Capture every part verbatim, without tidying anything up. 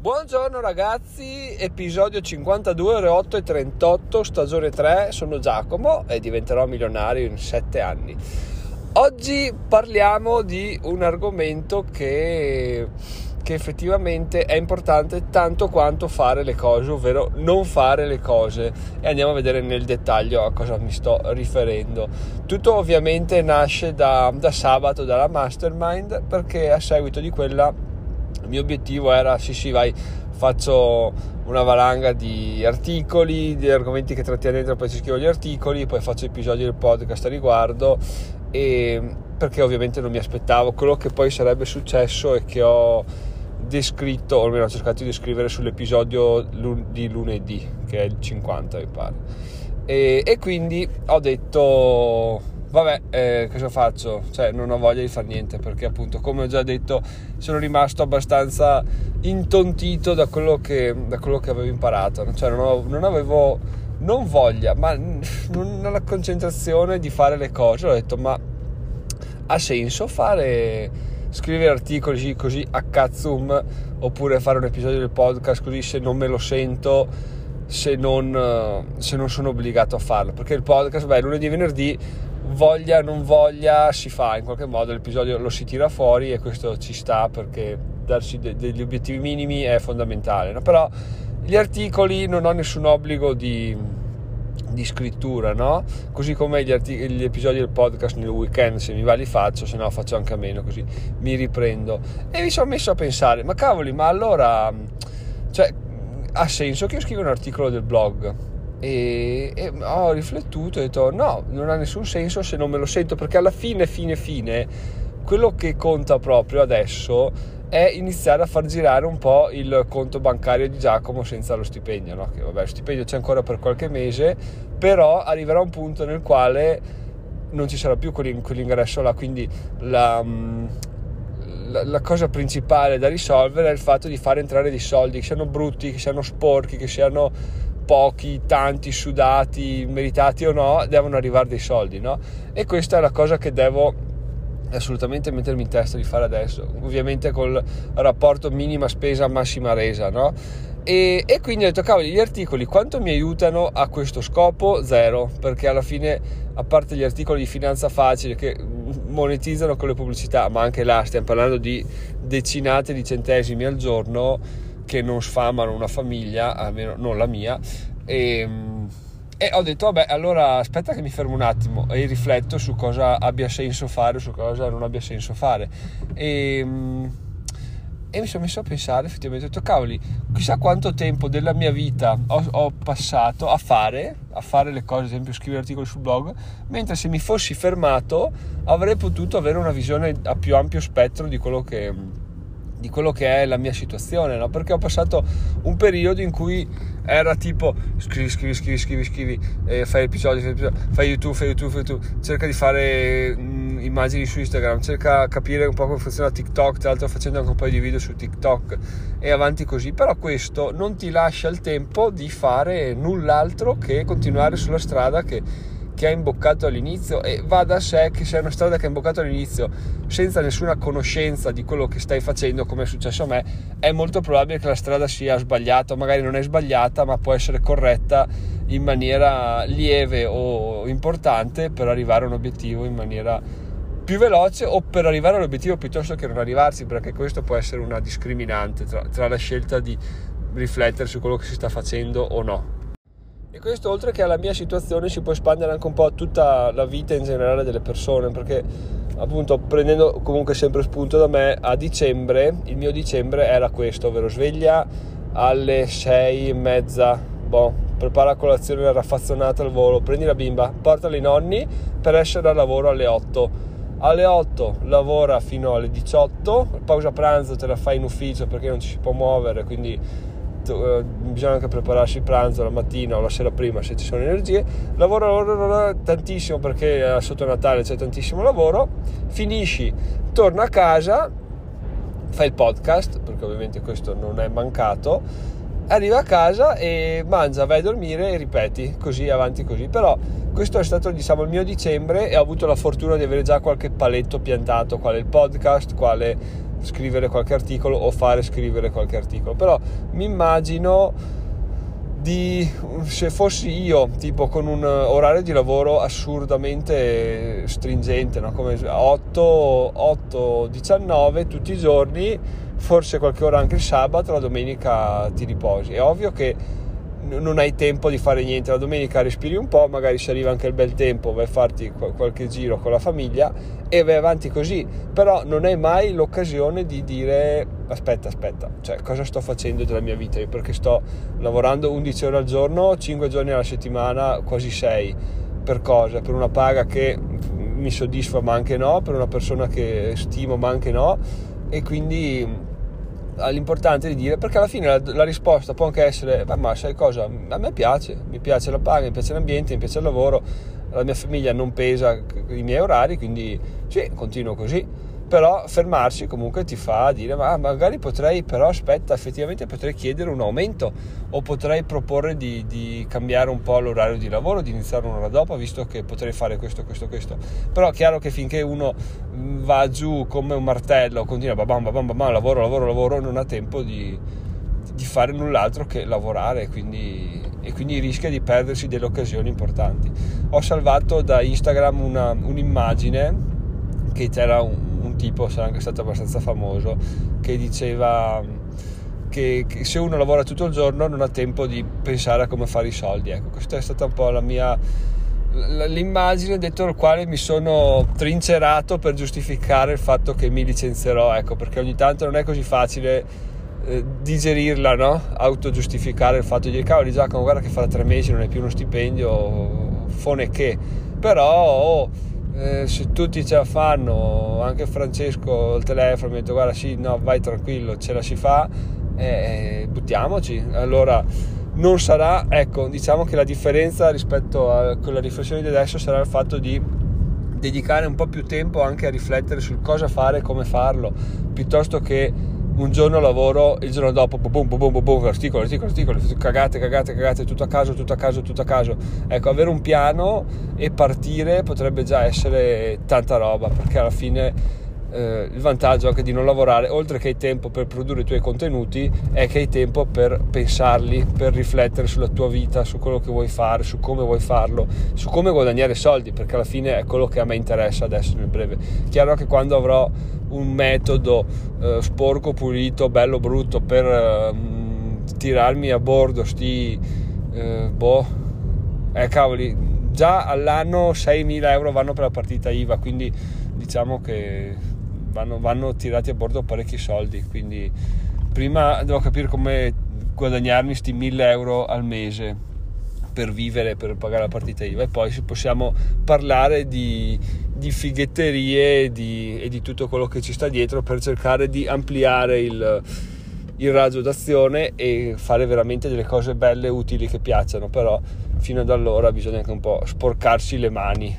Buongiorno ragazzi, episodio cinquantadue, ore otto e trentotto, stagione tre, sono Giacomo e diventerò milionario in sette anni. Oggi parliamo di un argomento che, che effettivamente è importante tanto quanto fare le cose, ovvero non fare le cose, e andiamo a vedere nel dettaglio a cosa mi sto riferendo. Tutto ovviamente nasce da, da sabato, dalla mastermind, perché a seguito di quella il mio obiettivo era sì sì vai faccio una valanga di articoli, di argomenti che trattiamo dentro, poi ci scrivo gli articoli, poi faccio episodi del podcast a riguardo, e perché ovviamente non mi aspettavo quello che poi sarebbe successo e che ho descritto, o almeno ho cercato di descrivere sull'episodio di lunedì, che è il cinquanta mi pare, e, e quindi ho detto vabbè, eh, cosa faccio? Cioè, non ho voglia di fare niente, perché appunto, come ho già detto, sono rimasto abbastanza intontito da quello che, da quello che avevo imparato. Cioè, non, ho, non avevo, non voglia, ma non la concentrazione di fare le cose. Ho detto, ma ha senso fare, scrivere articoli così a cazzum, oppure fare un episodio del podcast così se non me lo sento, se non, se non sono obbligato a farlo? Perché il podcast, beh, lunedì e venerdì, voglia non voglia, si fa in qualche modo, l'episodio lo si tira fuori, e questo ci sta, perché darsi de- degli obiettivi minimi è fondamentale, no? Però gli articoli non ho nessun obbligo di, di scrittura, no? Così come gli, artic- gli episodi del podcast nel weekend, se mi va li faccio, se no faccio anche a meno, così mi riprendo. E mi sono messo a pensare, ma cavoli, ma allora, cioè, ha senso che io scriva un articolo del blog? E, e ho riflettuto e ho detto no, non ha nessun senso se non me lo sento, perché alla fine fine fine quello che conta proprio adesso è iniziare a far girare un po' il conto bancario di Giacomo senza lo stipendio, no? Che vabbè, lo stipendio c'è ancora per qualche mese, però arriverà un punto nel quale non ci sarà più quell'ingresso là, quindi la, la, la cosa principale da risolvere è il fatto di fare entrare dei soldi, che siano brutti, che siano sporchi, che siano pochi, tanti, sudati, meritati o no, devono arrivare dei soldi, no? E questa è la cosa che devo assolutamente mettermi in testa di fare adesso, ovviamente col rapporto minima spesa massima resa, no? E, e quindi ho detto, cavoli, gli articoli quanto mi aiutano a questo scopo? Zero, perché alla fine, a parte gli articoli di finanza facile che monetizzano con le pubblicità, ma anche là stiamo parlando di decine di centesimi al giorno che non sfamano una famiglia, almeno non la mia, e, e ho detto vabbè, allora aspetta che mi fermo un attimo e rifletto su cosa abbia senso fare, su cosa non abbia senso fare, e, e mi sono messo a pensare, effettivamente ho detto cavoli, chissà quanto tempo della mia vita ho, ho passato a fare a fare le cose, ad esempio scrivere articoli sul blog, mentre se mi fossi fermato avrei potuto avere una visione a più ampio spettro di quello che di quello che è la mia situazione, no? Perché ho passato un periodo in cui era tipo scrivi, scrivi, scrivi, scrivi, scrivi, eh, fai episodi, fai episodi, fai YouTube, fai YouTube, fai YouTube, cerca di fare mh, immagini su Instagram, cerca di capire un po' come funziona TikTok, tra l'altro facendo anche un paio di video su TikTok e avanti così, però questo non ti lascia il tempo di fare null'altro che continuare sulla strada che che hai imboccato all'inizio, e va da sé che se è una strada che hai imboccato all'inizio senza nessuna conoscenza di quello che stai facendo, come è successo a me, è molto probabile che la strada sia sbagliata, o magari non è sbagliata ma può essere corretta in maniera lieve o importante per arrivare a un obiettivo in maniera più veloce, o per arrivare all'obiettivo piuttosto che non arrivarsi, perché questo può essere una discriminante tra, tra la scelta di riflettere su quello che si sta facendo o no. E questo, oltre che alla mia situazione, si può espandere anche un po' a tutta la vita in generale delle persone, perché appunto, prendendo comunque sempre spunto da me, a dicembre, il mio dicembre era questo, ovvero sveglia alle sei e mezza, boh, prepara colazione raffazzonata al volo, prendi la bimba, portala ai nonni per essere al lavoro alle otto. Alle otto lavora fino alle diciotto, pausa pranzo te la fai in ufficio perché non ci si può muovere, quindi bisogna anche prepararsi il pranzo la mattina o la sera prima se ci sono energie. Lavoro, lavoro, lavoro tantissimo, perché sotto Natale c'è tantissimo lavoro, finisci, torna a casa, fai il podcast, perché ovviamente questo non è mancato, arriva a casa e mangia, vai a dormire e ripeti così, avanti così. Però questo è stato, diciamo, il mio dicembre, e ho avuto la fortuna di avere già qualche paletto piantato, quale il podcast, quale scrivere qualche articolo o fare scrivere qualche articolo. Però mi immagino di, se fossi io, tipo con un orario di lavoro assurdamente stringente, no? Come otto diciannove tutti i giorni, forse qualche ora anche il sabato, la domenica ti riposi. È ovvio che non hai tempo di fare niente, la domenica respiri un po', magari se arriva anche il bel tempo vai a farti qualche giro con la famiglia e vai avanti così, però non hai mai l'occasione di dire aspetta aspetta, cioè cosa sto facendo della mia vita? Io perché sto lavorando undici ore al giorno, cinque giorni alla settimana, quasi sei, per cosa? Per una paga che mi soddisfa ma anche no, per una persona che stimo ma anche no, e quindi l'importante è di dire, perché alla fine la, la risposta può anche essere ma sai cosa, a me piace, mi piace la paga, mi piace l'ambiente, mi piace il lavoro, la mia famiglia non pesa i miei orari, quindi sì, continuo così. Però fermarsi comunque ti fa dire ma magari potrei, però aspetta, effettivamente potrei chiedere un aumento o potrei proporre di, di cambiare un po' l'orario di lavoro, di iniziare un'ora dopo, visto che potrei fare questo, questo, questo. Però è chiaro che finché uno va giù come un martello, continua babam, babam, babam, lavoro, lavoro, lavoro, non ha tempo di, di fare null'altro che lavorare, quindi, e quindi rischia di perdersi delle occasioni importanti. Ho salvato da Instagram una, un'immagine che c'era un, un tipo, sarà anche stato abbastanza famoso, che diceva che, che se uno lavora tutto il giorno non ha tempo di pensare a come fare i soldi. Ecco, questa è stata un po' la mia l'immagine dentro la quale mi sono trincerato per giustificare il fatto che mi licenzierò, ecco, perché ogni tanto non è così facile eh, digerirla, no? Autogiustificare il fatto di dire cavoli Giacomo, guarda che fra tre mesi non è più uno stipendio, fone che, però oh, Eh, se tutti ce la fanno, anche Francesco al telefono mi ha detto guarda sì, no, vai tranquillo, ce la si fa, eh, buttiamoci. Allora non sarà, ecco, diciamo che la differenza rispetto a quella riflessione di adesso sarà il fatto di dedicare un po' più tempo anche a riflettere sul cosa fare e come farlo, piuttosto che un giorno lavoro, il giorno dopo boom, boom, boom, boom, articolo, articolo, articolo, cagate, cagate, cagate, tutto a caso, tutto a caso, tutto a caso. Ecco, avere un piano e partire potrebbe già essere tanta roba, perché alla fine eh, il vantaggio anche di non lavorare, oltre che hai tempo per produrre i tuoi contenuti, è che hai tempo per pensarli, per riflettere sulla tua vita, su quello che vuoi fare, su come vuoi farlo, su come guadagnare soldi, perché alla fine è quello che a me interessa adesso nel breve. Chiaro che quando avrò un metodo eh, sporco, pulito, bello, brutto per eh, tirarmi a bordo sti eh, boh eh cavoli, già all'anno seimila euro vanno per la partita I V A, quindi diciamo che vanno, vanno tirati a bordo parecchi soldi, quindi prima devo capire come guadagnarmi sti mille euro al mese per vivere, per pagare la partita I V A, e poi possiamo parlare di, di fighetterie e di, e di tutto quello che ci sta dietro per cercare di ampliare il, il raggio d'azione e fare veramente delle cose belle e utili che piacciono. Però fino ad allora bisogna anche un po' sporcarsi le mani.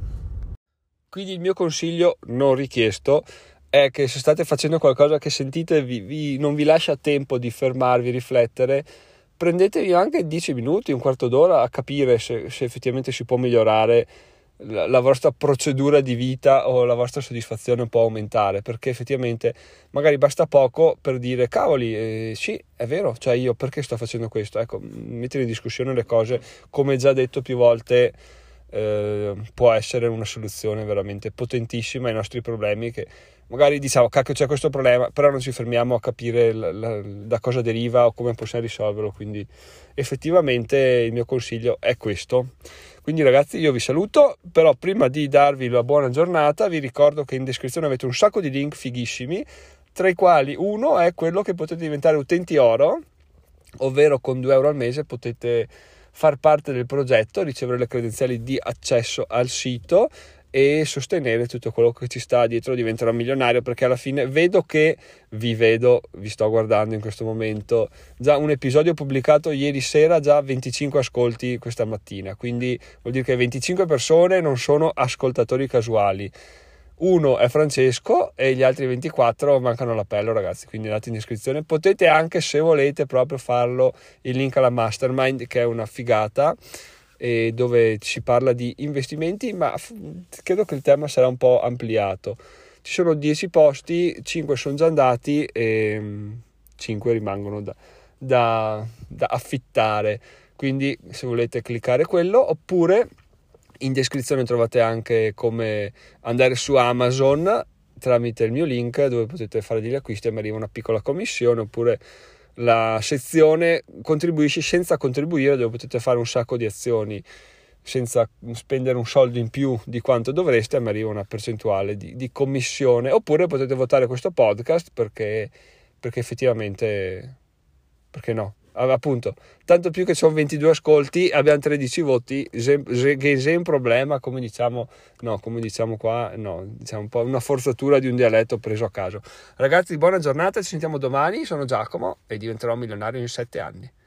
Quindi il mio consiglio non richiesto è che se state facendo qualcosa che sentite vi, vi, non vi lascia tempo di fermarvi, riflettere, prendetevi anche dieci minuti, un quarto d'ora a capire se, se effettivamente si può migliorare la, la vostra procedura di vita o la vostra soddisfazione può aumentare, perché effettivamente magari basta poco per dire cavoli, eh, sì, è vero, cioè io perché sto facendo questo? Ecco, mettere in discussione le cose, come già detto più volte, eh, può essere una soluzione veramente potentissima ai nostri problemi, che magari diciamo cacchio c'è questo problema, però non ci fermiamo a capire la, la, da cosa deriva o come possiamo risolverlo. Quindi effettivamente il mio consiglio è questo. Quindi ragazzi, io vi saluto, però prima di darvi la buona giornata vi ricordo che in descrizione avete un sacco di link fighissimi, tra i quali uno è quello che potete diventare utenti oro, ovvero con due euro al mese potete far parte del progetto, ricevere le credenziali di accesso al sito e sostenere tutto quello che ci sta dietro, diventerò milionario, perché alla fine vedo che vi vedo, vi sto guardando in questo momento, già un episodio pubblicato ieri sera, già venticinque ascolti questa mattina, quindi vuol dire che venticinque persone non sono ascoltatori casuali. Uno è Francesco e gli altri ventiquattro mancano l'appello, ragazzi, quindi andate in descrizione, potete anche, se volete, proprio farlo, il link alla mastermind, che è una figata, e dove si parla di investimenti, ma credo che il tema sarà un po' ampliato. ci sono dieci posti, cinque sono già andati e cinque rimangono da, da, da affittare, quindi se volete cliccare quello, oppure in descrizione trovate anche come andare su Amazon tramite il mio link, dove potete fare degli acquisti e mi arriva una piccola commissione, oppure la sezione contribuisci senza contribuire, dove potete fare un sacco di azioni senza spendere un soldo in più di quanto dovreste, e mi arriva una percentuale di, di commissione. Oppure potete votare questo podcast perché, perché effettivamente, perché no? Appunto, tanto più che sono ventidue ascolti, abbiamo tredici voti, che è un problema, come diciamo, no, come diciamo qua, no, diciamo un po' una forzatura di un dialetto preso a caso. Ragazzi, buona giornata, ci sentiamo domani, sono Giacomo e diventerò milionario in sette anni.